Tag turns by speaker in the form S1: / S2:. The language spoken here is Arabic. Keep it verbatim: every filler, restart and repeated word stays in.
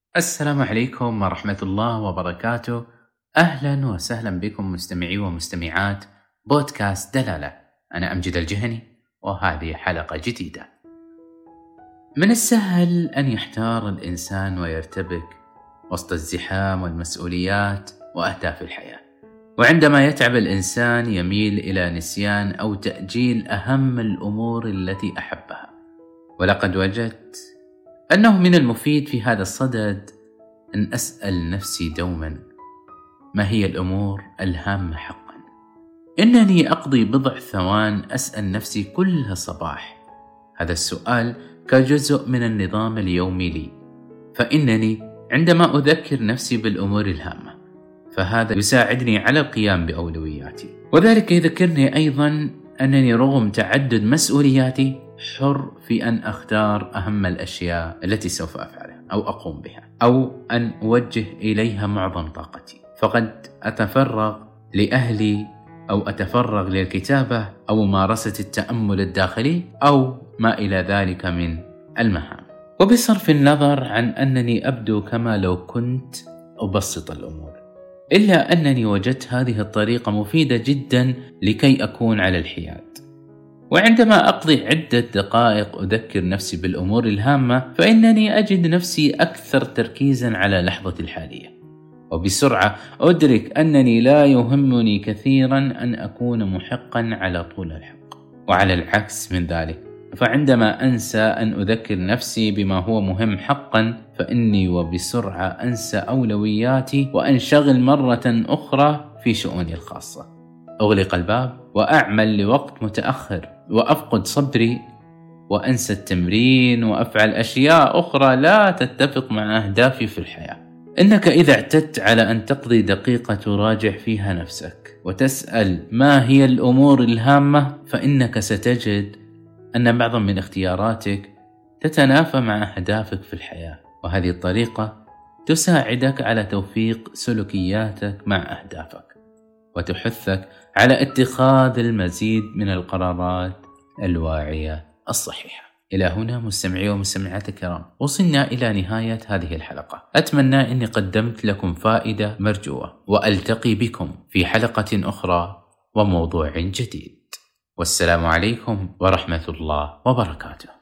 S1: السلام عليكم ورحمة الله وبركاته. أهلا وسهلا بكم مستمعي ومستمعات بودكاست دلالة. أنا أمجد الجهني وهذه حلقة جديدة. من السهل أن يحتار الإنسان ويرتبك وسط الزحام والمسؤوليات وأهداف الحياة، وعندما يتعب الإنسان يميل إلى نسيان أو تأجيل أهم الأمور التي أحبها. ولقد وجدت أنه من المفيد في هذا الصدد أن أسأل نفسي دوما: ما هي الأمور الهامة حقا؟ إنني أقضي بضع ثوان أسأل نفسي كل صباح هذا السؤال كجزء من النظام اليومي لي، فإنني عندما أذكر نفسي بالأمور الهامة فهذا يساعدني على القيام بأولوياتي، وذلك يذكرني أيضا أنني رغم تعدد مسؤولياتي حر في أن أختار أهم الأشياء التي سوف أفعلها أو أقوم بها، أو أن أوجه إليها معظم طاقتي. فقد أتفرغ لأهلي، أو أتفرغ للكتابة أو ممارسة التأمل الداخلي أو ما إلى ذلك من المهام، وبصرف النظر عن أنني أبدو كما لو كنت أبسط الأمور، إلا أنني وجدت هذه الطريقة مفيدة جدا لكي أكون على الحياد. وعندما أقضي عدة دقائق أذكر نفسي بالأمور الهامة فإنني أجد نفسي أكثر تركيزا على لحظة الحالية، وبسرعة أدرك أنني لا يهمني كثيرا أن أكون محقا على طول الحق. وعلى العكس من ذلك، فعندما أنسى أن أذكر نفسي بما هو مهم حقا فإني وبسرعة أنسى أولوياتي وأنشغل مرة أخرى في شؤوني الخاصة، أغلق الباب وأعمل لوقت متأخر وأفقد صبري وأنسى التمرين وأفعل أشياء أخرى لا تتفق مع أهدافي في الحياة. إنك إذا اعتدت على أن تقضي دقيقة تراجع فيها نفسك وتسأل ما هي الأمور الهامة فإنك ستجد أن بعضا من اختياراتك تتنافى مع أهدافك في الحياة، وهذه الطريقة تساعدك على توفيق سلوكياتك مع أهدافك وتحثك على اتخاذ المزيد من القرارات الواعية الصحيحة. إلى هنا مستمعي ومستمعات الكرام وصلنا إلى نهاية هذه الحلقة. أتمنى أني قدمت لكم فائدة مرجوة، وألتقي بكم في حلقة أخرى وموضوع جديد، والسلام عليكم ورحمة الله وبركاته.